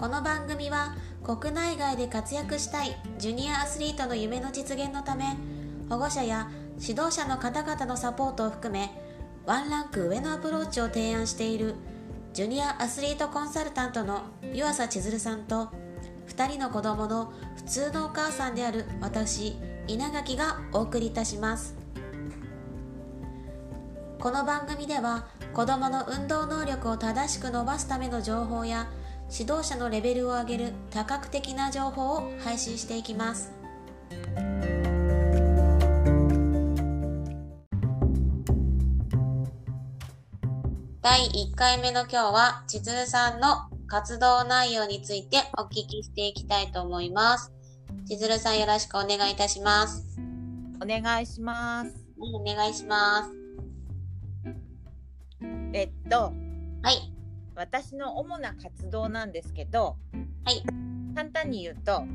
の番組は国内外で活躍したいジュニアアスリートの夢の実現のため、保護者や指導者の方々のサポートを含めワンランク上のアプローチを提案しているジュニアアスリートコンサルタントの湯浅千鶴さんと、2人の子供の普通のお母さんである私稲垣がお送りいたします。この番組では子どもの運動能力を正しく伸ばすための情報や指導者のレベルを上げる多角的な情報を配信していきます。第1回目の今日は千鶴さんの活動内容についてお聞きしていきたいと思います。千鶴さん、よろしくお願いいたします。 お願いします。 お願いします。はい。 私の主な活動なんですけど、 はい。 簡単に言うと、 はい。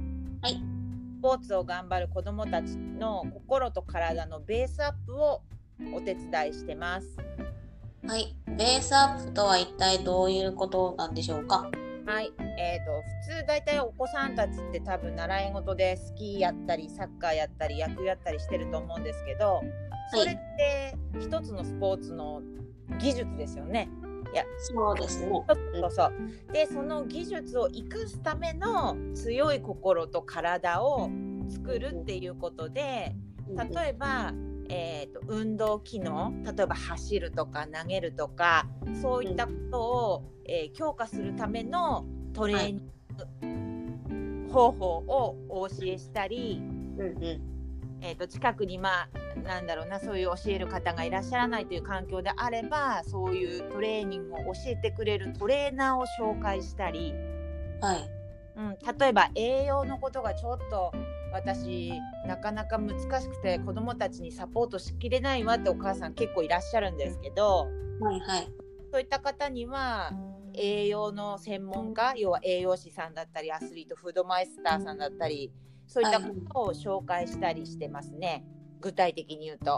スポーツを頑張る子どもたちの心と体のベースアップをお手伝いしてます。 はい。ベースアップとは一体どういうことなんでしょうか？ はい。普通だいたいお子さんたちって多分習い事でスキーやったりサッカーやったり野球やったりしてると思うんですけど、それって一つのスポーツの技術ですよね。 そうですね。 そうで、その技術を生かすための強い心と体を作るっていうことで、例えば、運動機能、例えば走るとか投げるとか、そういったことを、強化するためのトレーニング方法をお教えしたり、近くにそういう教える方がいらっしゃらないという環境であれば、そういうトレーニングを教えてくれるトレーナーを紹介したり、例えば栄養のことがちょっと私なかなか難しくて子どもたちにサポートしきれないわってお母さん結構いらっしゃるんですけど、そういった方には栄養の専門家、要は栄養士さんだったりアスリートフードマイスターさんだったり、そういったことを紹介したりしてますね。具体的に言うと。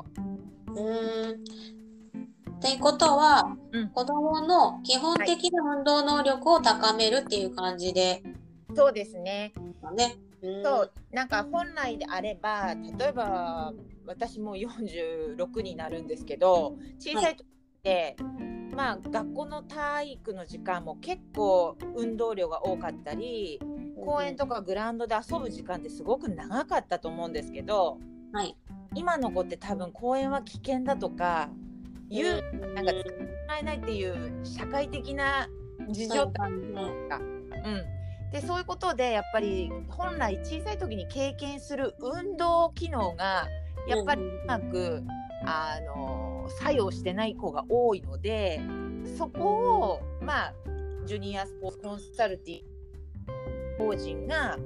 っていうことは、子どもの基本的な運動能力を高めるっていう感じで、 そうですね。 そうなんか本来であれば、例えば私も46になるんですけど、小さい時って、学校の体育の時間も結構運動量が多かったり、公園とかグラウンドで遊ぶ時間ってすごく長かったと思うんですけど、今の子って多分公園は危険だとか使ってもらえないっていう社会的な事情ってで、そういうことでやっぱり本来小さい時に経験する運動機能がやっぱりうまく作用してない子が多いので、そこをジュニアスポーツコンサルティ法人が、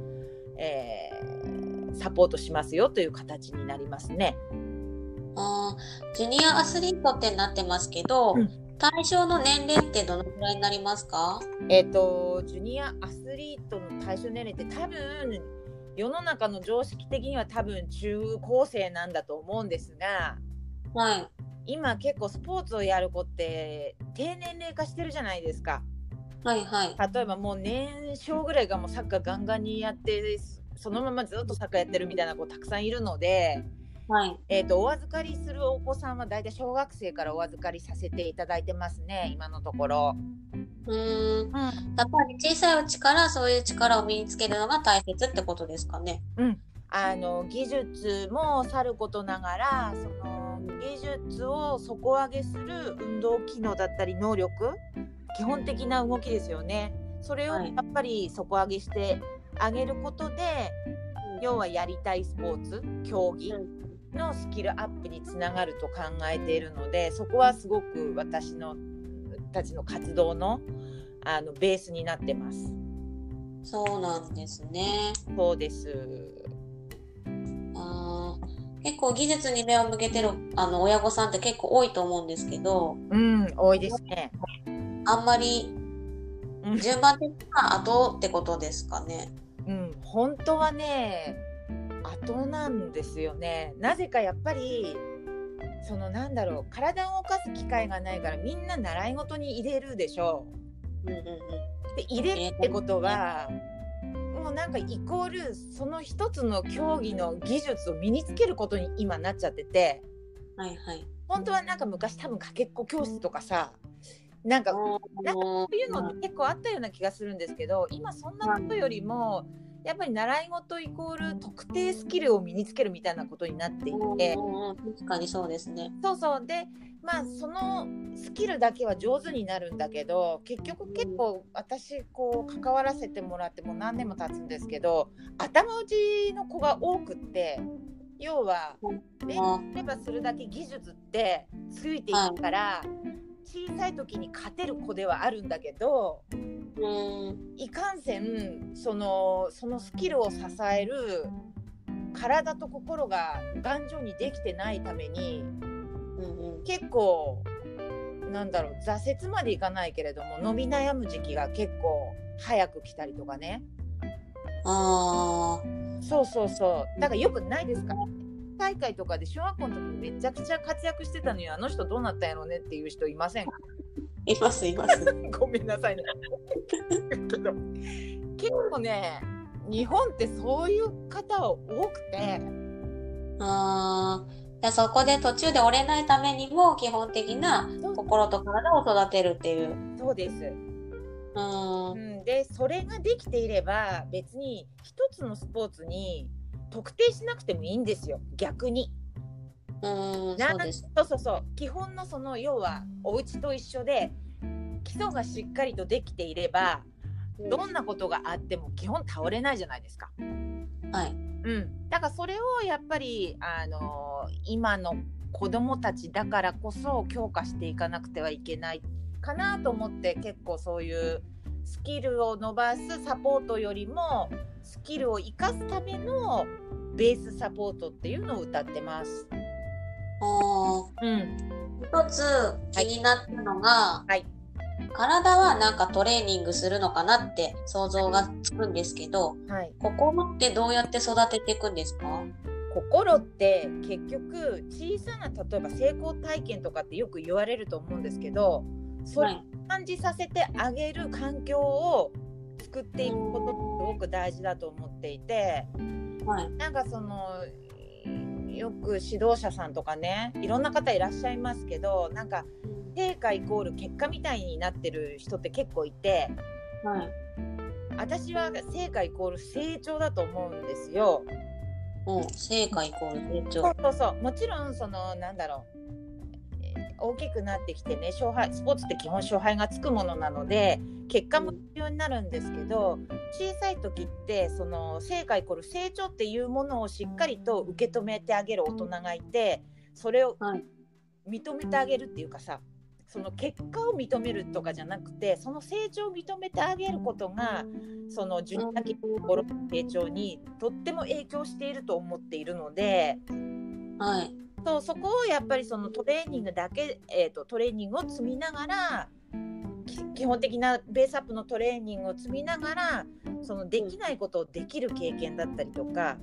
サポートしますよという形になりますね。 ジュニアアスリートってなってますけど、対象の年齢ってどのくらいになりますか？ ジュニアアスリートの対象年齢って多分世の中の常識的には多分中高生なんだと思うんですが、今結構スポーツをやる子って低年齢化してるじゃないですか。例えばもう年少ぐらいがもうサッカーガンガンにやってそのままずっとサッカーやってるみたいな子たくさんいるので、お預かりするお子さんはだいたい小学生からお預かりさせていただいてますね、今のところ。 やっぱり小さいうちからそういう力を身につけるのが大切ってことですかね。 技術もさることながら、その技術を底上げする運動機能だったり能力、基本的な動きですよね。それをやっぱり底上げしてあげることで、要はやりたいスポーツ、競技のスキルアップにつながると考えているので、そこはすごく私のたちの活動のベースになってます。 そうなんですね。 そうです。 結構技術に目を向けてる親御さんって結構多いと思うんですけど、 多いですね。 あんまり順番的には後ってことですかね。 本当はね、後なんですよね。なぜかやっぱり体を動かす機会がないからみんな習い事に入れるでしょう。 で入れるってことは、もうなんかイコールその一つの競技の技術を身につけることに今なっちゃってて、 はいはい。 本当はなんか昔多分かけっこ教室とかさ、なんかそういうの結構あったような気がするんですけど、今そんなことよりもやっぱり習い事イコール特定スキルを身につけるみたいなことになっていて、 確かにそうですね。 そうそうで、まあそのスキルだけは上手になるんだけど、結局結構私こう関わらせてもらってもう何年も経つんですけど、頭打ちの子が多くって、要は練習すればするだけ技術ってついていくから、小さい時に勝てる子ではあるんだけど、いかんせんそのスキルを支える体と心が頑丈にできてないために、結構なんだろう、挫折までいかないけれども伸び悩む時期が結構早く来たりとかね。そうそうそう。だからよくないですか、大会とかで小学校の時めちゃくちゃ活躍してたのに、あの人どうなったんやろうねっていう人いませんか？ いますいます。 ごめんなさいね。結構ね、日本ってそういう方は多くて、 じゃあそこで途中で折れないためにも基本的な心と体を育てるっていう。 そうです。でそれができていれば別に一つのスポーツに特定しなくてもいいんですよ、逆に。 そうです。 そう、基本のその要はお家と一緒で基礎がしっかりとできていれば、どんなことがあっても基本倒れないじゃないですか。 はい。 だからそれをやっぱり今の子どもたちだからこそ強化していかなくてはいけないかなと思って、結構そういうスキルを伸ばすサポートよりもスキルを生かすためのベースサポートっていうのを謳ってます。 一つ気になったのが、体はなんかトレーニングするのかなって想像がつくんですけど、心ってどうやって育てていくんですか？ 心って結局小さな、例えば成功体験とかってよく言われると思うんですけど、それを感じさせてあげる環境を作っていくことってすごく大事だと思っていて、なんかそのよく指導者さんとかね、いろんな方いらっしゃいますけど、なんか成果イコール結果みたいになってる人って結構いて、私は成果イコール成長だと思うんですよ。 成果イコール成長。 そうもちろんそのなんだろう、大きくなってきてね、スポーツって基本勝敗がつくものなので結果も必要になるんですけど、小さい時ってその成果イコール成長っていうものをしっかりと受け止めてあげる大人がいて、それを認めてあげるっていうかさ、その結果を認めるとかじゃなくて、その成長を認めてあげることがそのジュニア期の心の成長にとっても影響していると思っているので、そこをやっぱりそのトレーニングだけ、トレーニングを積みながら、基本的なベースアップのトレーニングを積みながら、そのできないことをできる経験だったりとか、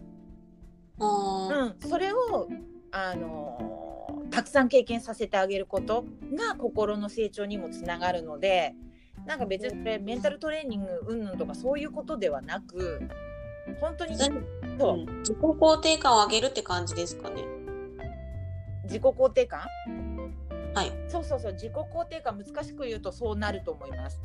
それをたくさん経験させてあげることが心の成長にもつながるので、なんか別にメンタルトレーニングうんぬんとかそういうことではなく、本当に自己肯定感を上げるって感じですかね。 自己肯定感？そう自己肯定感、難しく言うとそうなると思います。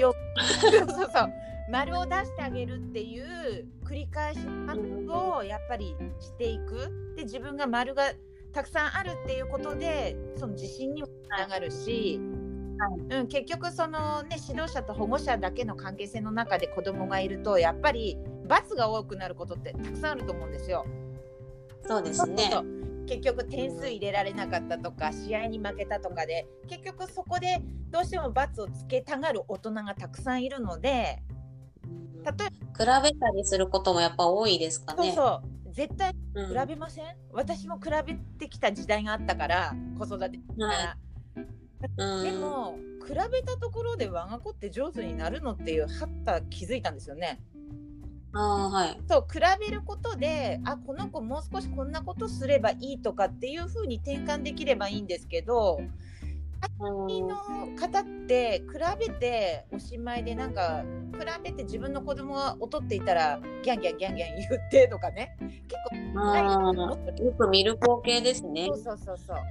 丸を出してあげるっていう繰り返しをやっぱりしていく。で自分が丸がたくさんあるっていうことでその自信にもつながるし、結局そのね、指導者と保護者だけの関係性の中で子供がいるとやっぱり罰が多くなることってたくさんあると思うんですよ。 そうですね。 結局点数入れられなかったとか、試合に負けたとかで結局そこでどうしても罰をつけたがる大人がたくさんいるので、 例えば比べたりすることもやっぱ多いですかね。 絶対比べません？私も比べてきた時代があったから、子育てから、でも比べたところで我が子って上手になるのっていうはった気づいたんですよね。そう比べることで、この子もう少しこんなことすればいいとかっていう風に転換できればいいんですけど、の方っって比べておしまいで、なんか比べて自分の子供が劣っていたらギャンギャンギャンギャン言ってとかね、結構よく見る光景ですね。 そうそうそうそう。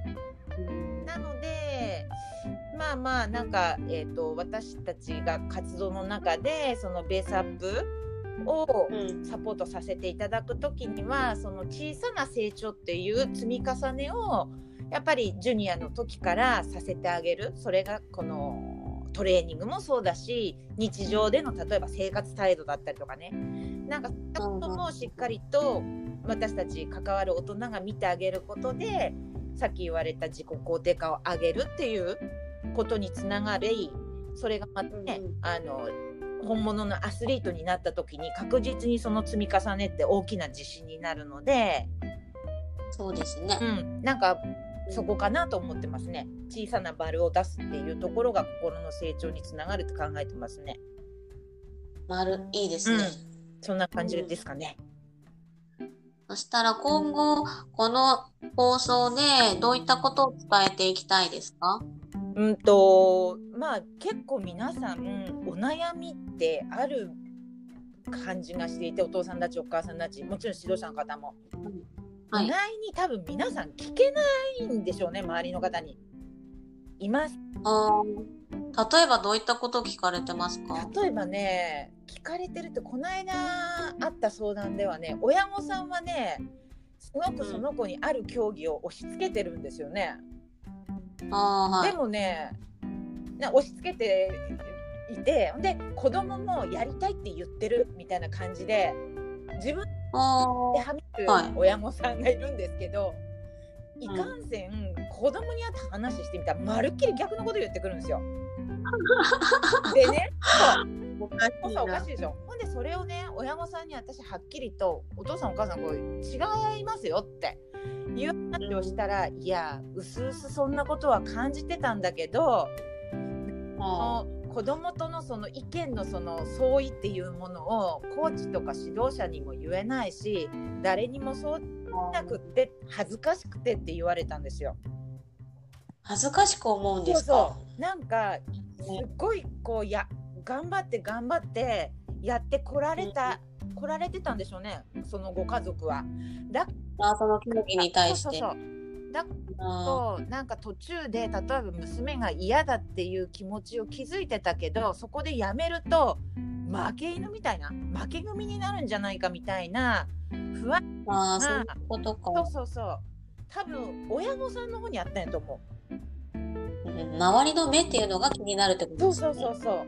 なのでまあまあなんか、私たちが活動の中でそのベースアップをサポートさせていただくときには、その小さな成長っていう積み重ねをやっぱりジュニアの時からさせてあげる。それがこのトレーニングもそうだし、日常での例えば生活態度だったりとかね、なんかそういったこともしっかりと私たち関わる大人が見てあげることで、さっき言われた自己肯定感を上げるっていうことにつながり、それがまたね、本物のアスリートになった時に確実にその積み重ねって大きな自信になるので、 そうですね、 なんかそこかなと思ってますね。小さなバルを出すっていうところが心の成長につながると考えてますね。 いいですね、 そんな感じですかね。 そしたら今後この放送でどういったことを伝えていきたいですか？ まあ結構皆さんお悩みってある感じがしていて、お父さんたちお母さんたち、もちろん指導者の方も、意外に多分皆さん聞けないんでしょうね、周りの方にいます。 例えばどういったことを聞かれてますか？ 例えばね、聞かれてるって、この間あった相談ではね、親御さんはね、すごくその子にある競技を押し付けてるんですよね。でもね、押し付けていて、で子供もやりたいって言ってるみたいな感じで自分ではめる親御さんがいるんですけど、いかんせん子供に会って話してみたらまるっきり逆のこと言ってくるんですよ。でね、おかしいでしょ。ほんでそれをね、親御さんに私はっきりと、お父さんお母さんこれ違いますよっていう話をしたら、いやうすうすそんなことは感じてたんだけど、子供とのその意見のその相違っていうものをコーチとか指導者にも言えないし、誰にもそうなくって恥ずかしくてって言われたんですよ。 恥ずかしく思うんですか？ そうなんかすっごいこう頑張ってやってこられてたんでしょうね、そのご家族は。 その競技に対して。 だとなんか途中で例えば娘が嫌だっていう気持ちを気づいてたけど、そこでやめると負け犬みたいな、負け組になるんじゃないかみたいな不安な、 そういうことか。 そう多分親御さんの方にあったんやと思う。周りの目っていうのが気になるってことですね。 そう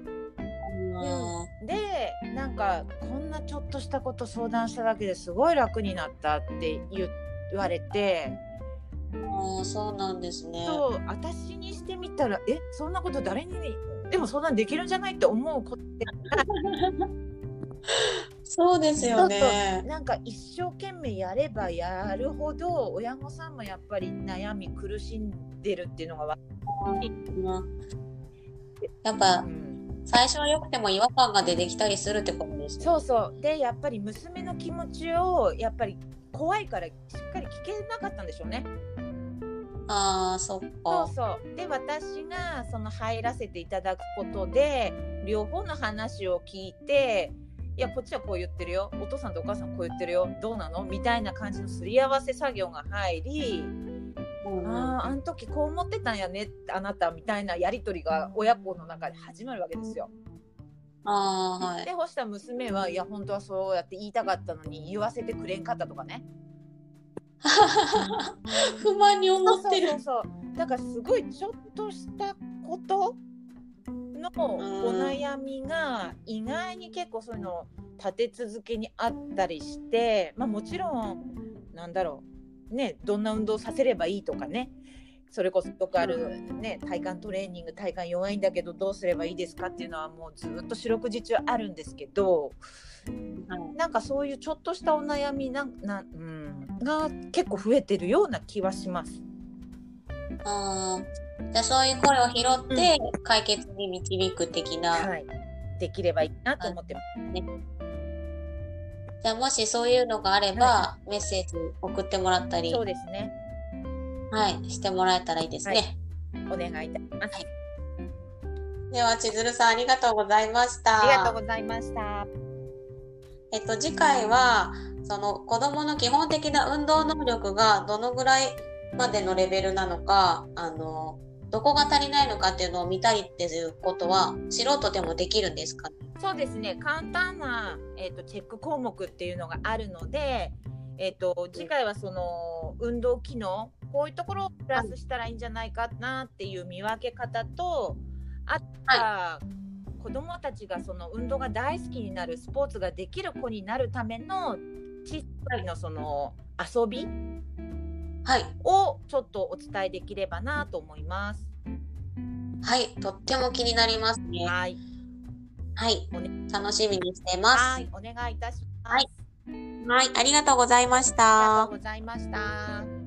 で、なんかこんなちょっとしたこと相談しただけですごい楽になったって言われて、 そうなんですね。 そう私にしてみたら、そんなこと誰にでも相談できるんじゃないって思うことってそうですよね。 なんか一生懸命やればやるほど親御さんもやっぱり悩み苦しんでるっていうのが分かる。 やっぱ、最初は良くても違和感が出てきたりするってことですね。 そうで、やっぱり娘の気持ちをやっぱり怖いからしっかり聞けなかったんでしょうね。 そっか。 で私がその入らせていただくことで両方の話を聞いて、いやこっちはこう言ってるよ、お父さんとお母さんこう言ってるよ、どうなのみたいな感じのすり合わせ作業が入り、あの時こう思ってたんやねあなたみたいなやり取りが親子の中で始まるわけですよ。でほした娘は、いや本当はそうやって言いたかったのに言わせてくれんかったとかね不満に思ってる。 だからすごいちょっとしたことのお悩みが意外に結構そういうの立て続けにあったりして、もちろんなんだろうね、どんな運動させればいいとかね、それこそよくあるね、体幹トレーニング、体幹弱いんだけどどうすればいいですかっていうのはもうずっと四六時中あるんですけど、なんかそういうちょっとしたお悩みが結構増えてるような気はします。 じゃあそういう声を拾って解決に導く的な、 できればいいなと思ってますね。 じゃあもしそういうのがあれば、メッセージ送ってもらったり、 そうですね、 してもらえたらいいですね。 お願いいたします。 では千鶴さんありがとうございましありがとうた。 ございました。 次回はその子どもの基本的な運動能力がどのぐらいまでのレベルなのか、どこが足りないのかっていうのを見たりっていうことは素人でもできるんですかね？ そうですね、簡単な、チェック項目っていうのがあるので、次回はその運動機能、こういうところをプラスしたらいいんじゃないかなっていう見分け方と、あとは子どもたちがその運動が大好きになる、スポーツができる子になるための小さいのその遊びはい。 をちょっとお伝えできればなと思います。 はい。とっても気になりますね。 はい。 はい。 おね楽しみにしてます。 はい、お願いいたします。 はい。はい。ありがとうございましありがとうた。 ございました。